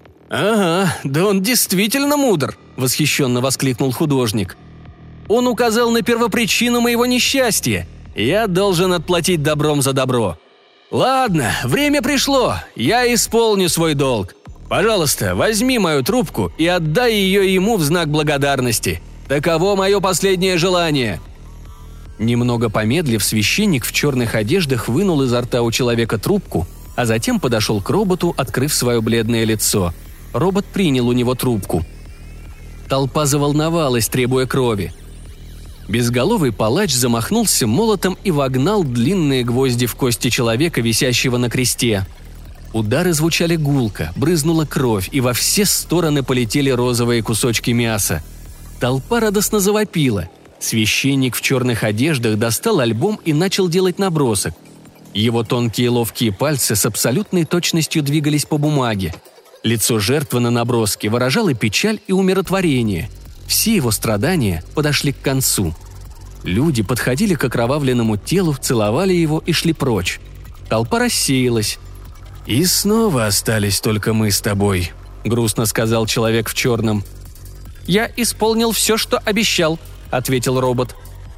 «Ага, да он действительно мудр», — восхищенно воскликнул художник. «Он указал на первопричину моего несчастья. Я должен отплатить добром за добро. Ладно, время пришло, я исполню свой долг. Пожалуйста, возьми мою трубку и отдай ее ему в знак благодарности. Таково мое последнее желание». Немного помедлив, священник в черных одеждах вынул изо рта у человека трубку, а затем подошел к роботу, открыв свое бледное лицо. Робот принял у него трубку. Толпа заволновалась, требуя крови. Безголовый палач замахнулся молотом и вогнал длинные гвозди в кости человека, висящего на кресте. Удары звучали гулко, брызнула кровь, и во все стороны полетели розовые кусочки мяса. Толпа радостно завопила. Священник в черных одеждах достал альбом и начал делать набросок. Его тонкие ловкие пальцы с абсолютной точностью двигались по бумаге. Лицо жертвы на наброске выражало печаль и умиротворение. Все его страдания подошли к концу. Люди подходили к окровавленному телу, целовали его и шли прочь. Толпа рассеялась. «И снова остались только мы с тобой», — грустно сказал человек в черном. «Я исполнил все, что обещал», — ответил робот.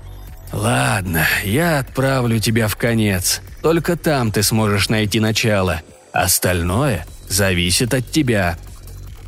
«Ладно, я отправлю тебя в конец. Только там ты сможешь найти начало. Остальное зависит от тебя».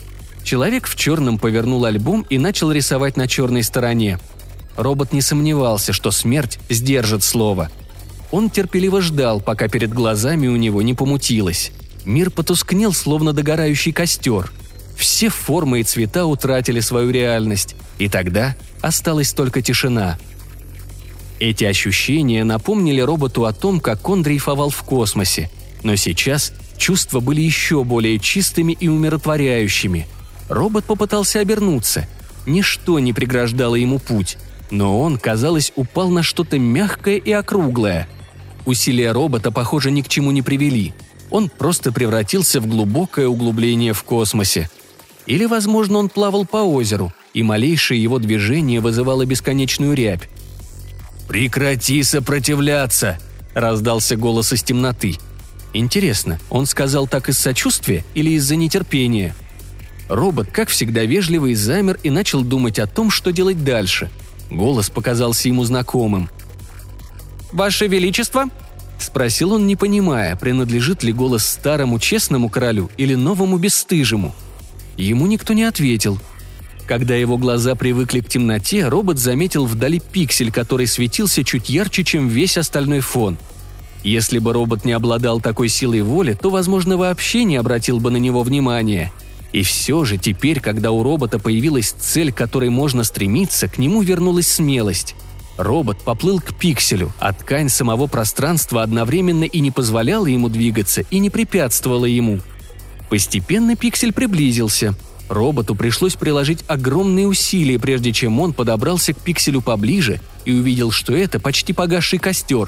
Человек в черном повернул альбом и начал рисовать на черной стороне. Робот не сомневался, что смерть сдержит слово. Он терпеливо ждал, пока перед глазами у него не помутилось. Мир потускнел, словно догорающий костер. Все формы и цвета утратили свою реальность, и тогда осталась только тишина. Эти ощущения напомнили роботу о том, как он дрейфовал в космосе, но сейчас чувства были еще более чистыми и умиротворяющими. Робот попытался обернуться. Ничто не преграждало ему путь, но он, казалось, упал на что-то мягкое и округлое. Усилия робота, похоже, ни к чему не привели. Он просто превратился в глубокое углубление в космосе. Или, возможно, он плавал по озеру, и малейшее его движение вызывало бесконечную рябь. «Прекрати сопротивляться!» – раздался голос из темноты. Интересно, он сказал так из сочувствия или из-за нетерпения? Робот, как всегда, вежливый замер и начал думать о том, что делать дальше. Голос показался ему знакомым. «Ваше Величество?» – спросил он, не понимая, принадлежит ли голос старому честному королю или новому бесстыжему. Ему никто не ответил. Когда его глаза привыкли к темноте, робот заметил вдали пиксель, который светился чуть ярче, чем весь остальной фон. Если бы робот не обладал такой силой воли, то, возможно, вообще не обратил бы на него внимания. И все же теперь, когда у робота появилась цель, к которой можно стремиться, к нему вернулась смелость. Робот поплыл к пикселю, а ткань самого пространства одновременно и не позволяла ему двигаться, и не препятствовала ему. Постепенно пиксель приблизился. Роботу пришлось приложить огромные усилия, прежде чем он подобрался к пикселю поближе и увидел, что это почти погасший костер.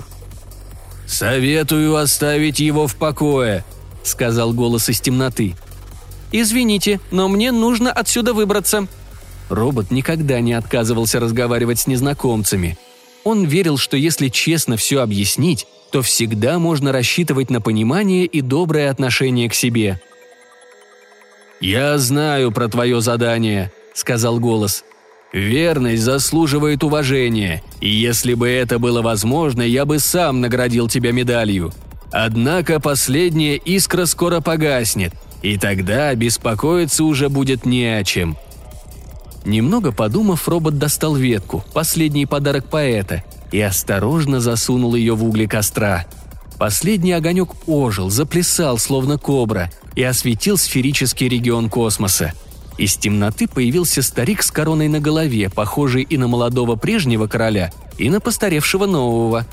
«Советую оставить его в покое», — сказал голос из темноты. «Извините, но мне нужно отсюда выбраться». Робот никогда не отказывался разговаривать с незнакомцами. Он верил, что если честно все объяснить, то всегда можно рассчитывать на понимание и доброе отношение к себе. «Я знаю про твое задание», — сказал голос. «Верность заслуживает уважения, и если бы это было возможно, я бы сам наградил тебя медалью. Однако последняя искра скоро погаснет, и тогда беспокоиться уже будет не о чем». Немного подумав, робот достал ветку, последний подарок поэта, и осторожно засунул ее в угли костра. Последний огонек ожил, заплясал, словно кобра, и осветил сферический регион космоса. Из темноты появился старик с короной на голове, похожий и на молодого прежнего короля, и на постаревшего нового.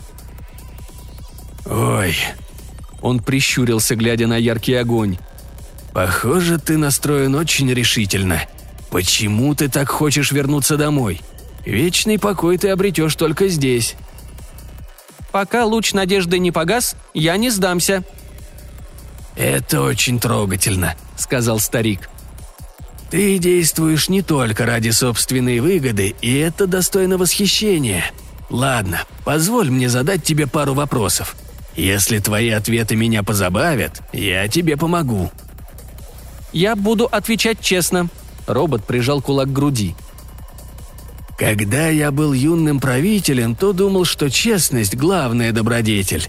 «Ой!» Он прищурился, глядя на яркий огонь. «Похоже, ты настроен очень решительно. Почему ты так хочешь вернуться домой? Вечный покой ты обретешь только здесь». «Пока луч надежды не погас, я не сдамся». «Это очень трогательно», — сказал старик. «Ты действуешь не только ради собственной выгоды, и это достойно восхищения. Ладно, позволь мне задать тебе пару вопросов. Если твои ответы меня позабавят, я тебе помогу». «Я буду отвечать честно». Робот прижал кулак к груди. «Когда я был юным правителем, то думал, что честность – главная добродетель.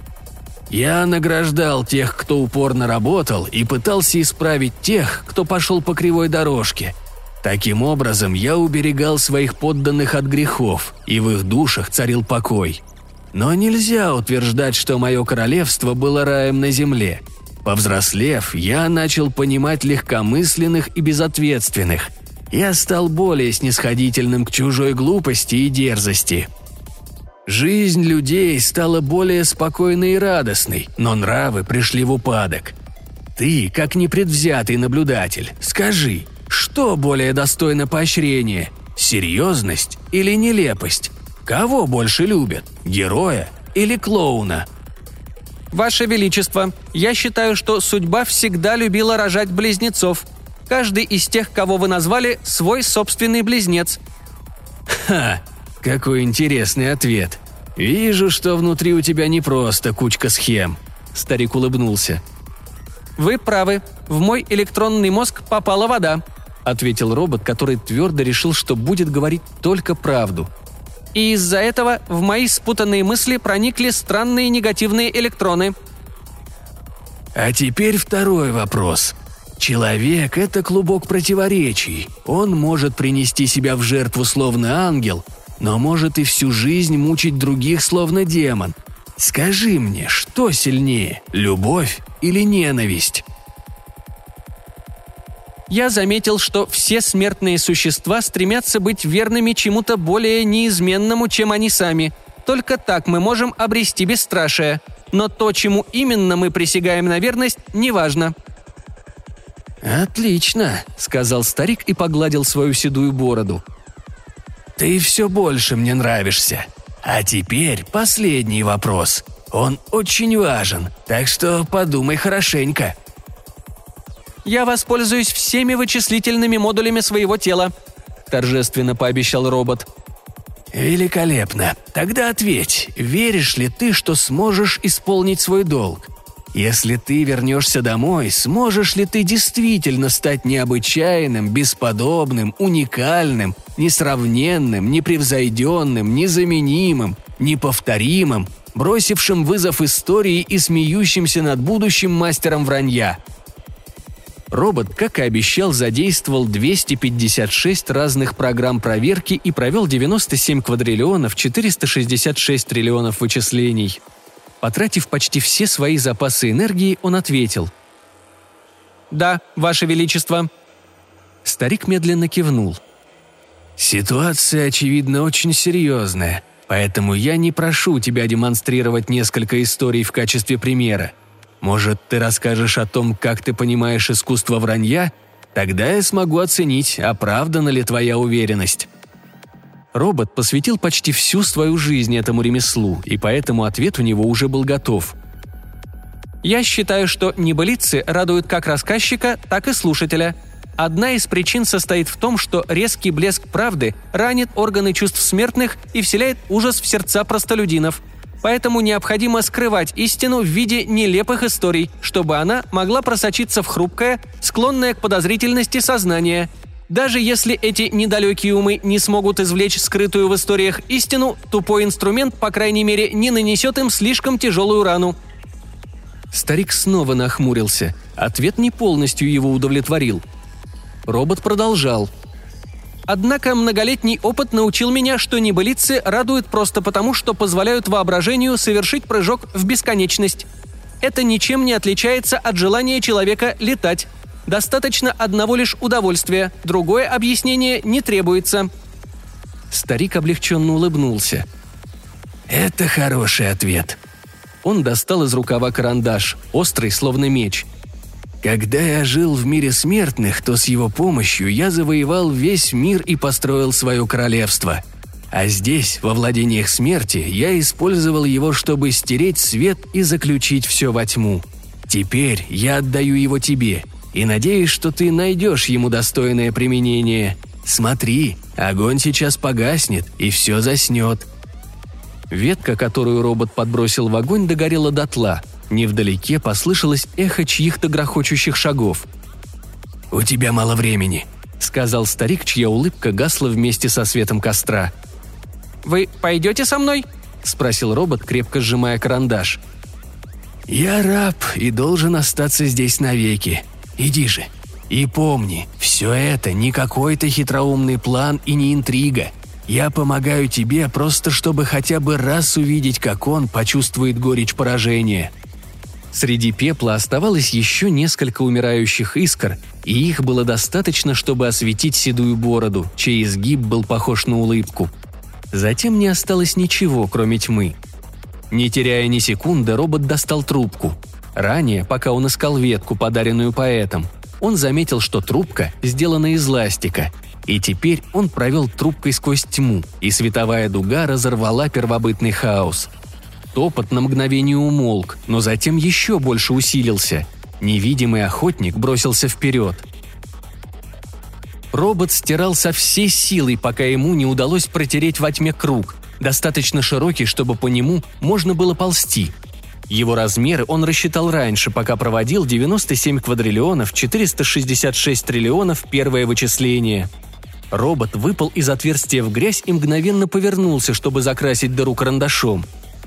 Я награждал тех, кто упорно работал, и пытался исправить тех, кто пошел по кривой дорожке. Таким образом, я уберегал своих подданных от грехов, и в их душах царил покой. Но нельзя утверждать, что мое королевство было раем на земле. Повзрослев, я начал понимать легкомысленных и безответственных. Я стал более снисходительным к чужой глупости и дерзости. Жизнь людей стала более спокойной и радостной, но нравы пришли в упадок. Ты, как непредвзятый наблюдатель, скажи, что более достойно поощрения – серьезность или нелепость? Кого больше любят – героя или клоуна? «Ваше Величество, я считаю, что судьба всегда любила рожать близнецов. Каждый из тех, кого вы назвали, свой собственный близнец». «Ха! Какой интересный ответ. Вижу, что внутри у тебя не просто кучка схем». Старик улыбнулся. «Вы правы. В мой электронный мозг попала вода», — ответил робот, который твердо решил, что будет говорить только правду. «И из-за этого в мои спутанные мысли проникли странные негативные электроны». «А теперь второй вопрос. Человек – это клубок противоречий. Он может принести себя в жертву словно ангел, но может и всю жизнь мучить других словно демон. Скажи мне, что сильнее – любовь или ненависть?» Я заметил, что все смертные существа стремятся быть верными чему-то более неизменному, чем они сами. Только так мы можем обрести бесстрашие. Но то, чему именно мы присягаем на верность, неважно. «Отлично», — сказал старик и погладил свою седую бороду. «Ты все больше мне нравишься. А теперь последний вопрос. Он очень важен, так что подумай хорошенько». «Я воспользуюсь всеми вычислительными модулями своего тела», – торжественно пообещал робот. «Великолепно. Тогда ответь, веришь ли ты, что сможешь исполнить свой долг? Если ты вернешься домой, сможешь ли ты действительно стать необычайным, бесподобным, уникальным, несравненным, непревзойденным, незаменимым, неповторимым, бросившим вызов истории и смеющимся над будущим мастером вранья?» Робот, как и обещал, задействовал двести пятьдесят шесть разных программ проверки и провел девяносто семь квадриллионов четыреста шестьдесят шесть триллионов вычислений. Потратив почти все свои запасы энергии, он ответил: «Да, Ваше Величество». Старик медленно кивнул. «Ситуация, очевидно, очень серьезная, поэтому я не прошу тебя демонстрировать несколько историй в качестве примера. Может, ты расскажешь о том, как ты понимаешь искусство вранья? Тогда я смогу оценить, оправдана ли твоя уверенность». Робот посвятил почти всю свою жизнь этому ремеслу, и поэтому ответ у него уже был готов. «Я считаю, что небылицы радуют как рассказчика, так и слушателя. Одна из причин состоит в том, что резкий блеск правды ранит органы чувств смертных и вселяет ужас в сердца простолюдинов. Поэтому необходимо скрывать истину в виде нелепых историй, чтобы она могла просочиться в хрупкое, склонное к подозрительности сознание. Даже если эти недалекие умы не смогут извлечь скрытую в историях истину, тупой инструмент, по крайней мере, не нанесет им слишком тяжелую рану». Старик снова нахмурился. Ответ не полностью его удовлетворил. Робот продолжал. «Однако многолетний опыт научил меня, что небылицы радуют просто потому, что позволяют воображению совершить прыжок в бесконечность. Это ничем не отличается от желания человека летать. Достаточно одного лишь удовольствия, другое объяснение не требуется». Старик облегченно улыбнулся. «Это хороший ответ». Он достал из рукава карандаш, острый, словно меч. «Когда я жил в мире смертных, то с его помощью я завоевал весь мир и построил свое королевство. А здесь, во владениях смерти, я использовал его, чтобы стереть свет и заключить все во тьму. Теперь я отдаю его тебе, и надеюсь, что ты найдешь ему достойное применение. Смотри, огонь сейчас погаснет, и все заснет». Ветка, которую робот подбросил в огонь, догорела дотла. Невдалеке послышалось эхо чьих-то грохочущих шагов. «У тебя мало времени», — сказал старик, чья улыбка гасла вместе со светом костра. «Вы пойдете со мной?» — спросил робот, крепко сжимая карандаш. «Я раб и должен остаться здесь навеки. Иди же. И помни, все это не какой-то хитроумный план и не интрига. Я помогаю тебе просто, чтобы хотя бы раз увидеть, как он почувствует горечь поражения». Среди пепла оставалось еще несколько умирающих искр, и их было достаточно, чтобы осветить седую бороду, чей изгиб был похож на улыбку. Затем не осталось ничего, кроме тьмы. Не теряя ни секунды, робот достал трубку. Ранее, пока он искал ветку, подаренную поэтом, он заметил, что трубка сделана из ластика, и теперь он провел трубкой сквозь тьму, и световая дуга разорвала первобытный хаос. Топот на мгновение умолк, но затем еще больше усилился. Невидимый охотник бросился вперед. Робот стирал со всей силой, пока ему не удалось протереть во тьме круг, достаточно широкий, чтобы по нему можно было ползти. Его размеры он рассчитал раньше, пока проводил девяносто семь квадриллионов четыреста шестьдесят шесть триллионов первое вычисление. Робот выпал из отверстия в грязь и мгновенно повернулся, чтобы закрасить дыру карандашом.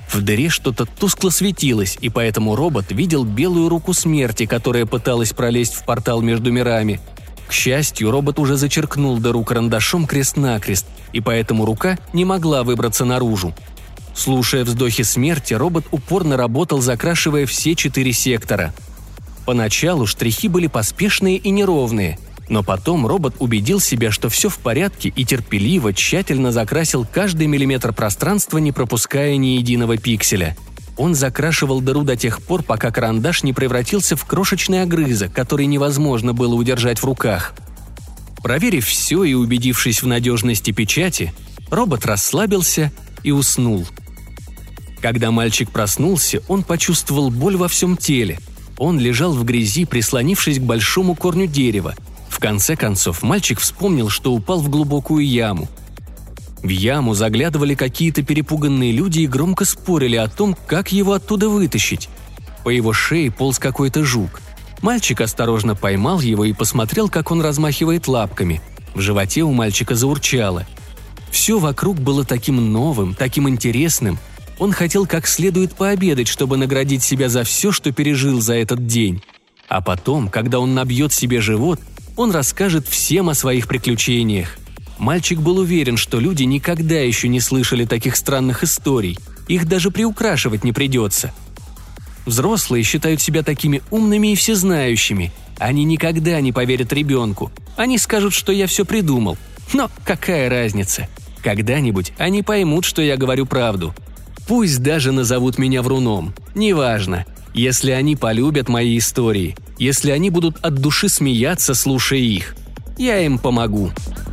В дыре что-то тускло светилось, и поэтому робот видел белую руку смерти, которая пыталась пролезть в портал между мирами. К счастью, робот уже зачеркнул дыру карандашом крест-накрест, и поэтому рука не могла выбраться наружу. Слушая вздохи смерти, робот упорно работал, закрашивая все четыре сектора. Поначалу штрихи были поспешные и неровные, но потом робот убедил себя, что все в порядке, и терпеливо, тщательно закрасил каждый миллиметр пространства, не пропуская ни единого пикселя. Он закрашивал дыру до тех пор, пока карандаш не превратился в крошечный огрызок, который невозможно было удержать в руках. Проверив все и убедившись в надежности печати, робот расслабился и уснул. Когда мальчик проснулся, он почувствовал боль во всем теле. Он лежал в грязи, прислонившись к большому корню дерева. В конце концов, мальчик вспомнил, что упал в глубокую яму. В яму заглядывали какие-то перепуганные люди и громко спорили о том, как его оттуда вытащить. По его шее полз какой-то жук. Мальчик осторожно поймал его и посмотрел, как он размахивает лапками. В животе у мальчика заурчало. Все вокруг было таким новым, таким интересным. Он хотел как следует пообедать, чтобы наградить себя за все, что пережил за этот день. А потом, когда он набьет себе живот, он расскажет всем о своих приключениях. Мальчик был уверен, что люди никогда еще не слышали таких странных историй. Их даже приукрашивать не придется. Взрослые считают себя такими умными и всезнающими. Они никогда не поверят ребенку. Они скажут, что я все придумал. Но какая разница? Когда-нибудь они поймут, что я говорю правду. Пусть даже назовут меня вруном. Неважно. Если они полюбят мои истории, если они будут от души смеяться, слушая их, я им помогу.